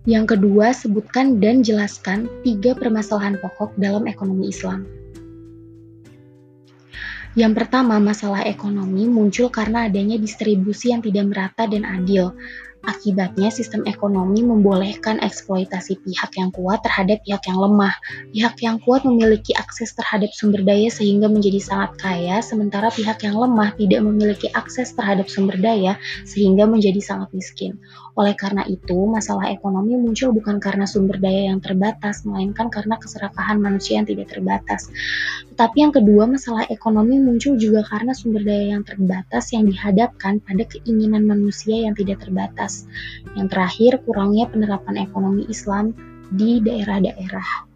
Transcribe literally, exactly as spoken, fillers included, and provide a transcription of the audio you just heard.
Yang kedua, sebutkan dan jelaskan tiga permasalahan pokok dalam ekonomi Islam. Yang pertama, masalah ekonomi muncul karena adanya distribusi yang tidak merata dan adil. Akibatnya, sistem ekonomi membolehkan eksploitasi pihak yang kuat terhadap pihak yang lemah. Pihak yang kuat memiliki akses terhadap sumber daya sehingga menjadi sangat kaya, sementara pihak yang lemah tidak memiliki akses terhadap sumber daya sehingga menjadi sangat miskin. Oleh karena itu, masalah ekonomi muncul bukan karena sumber daya yang terbatas, melainkan karena keserakahan manusia yang tidak terbatas. Tetapi yang kedua, masalah ekonomi muncul juga karena sumber daya yang terbatas yang dihadapkan pada keinginan manusia yang tidak terbatas. Yang terakhir, kurangnya penerapan ekonomi Islam di daerah-daerah.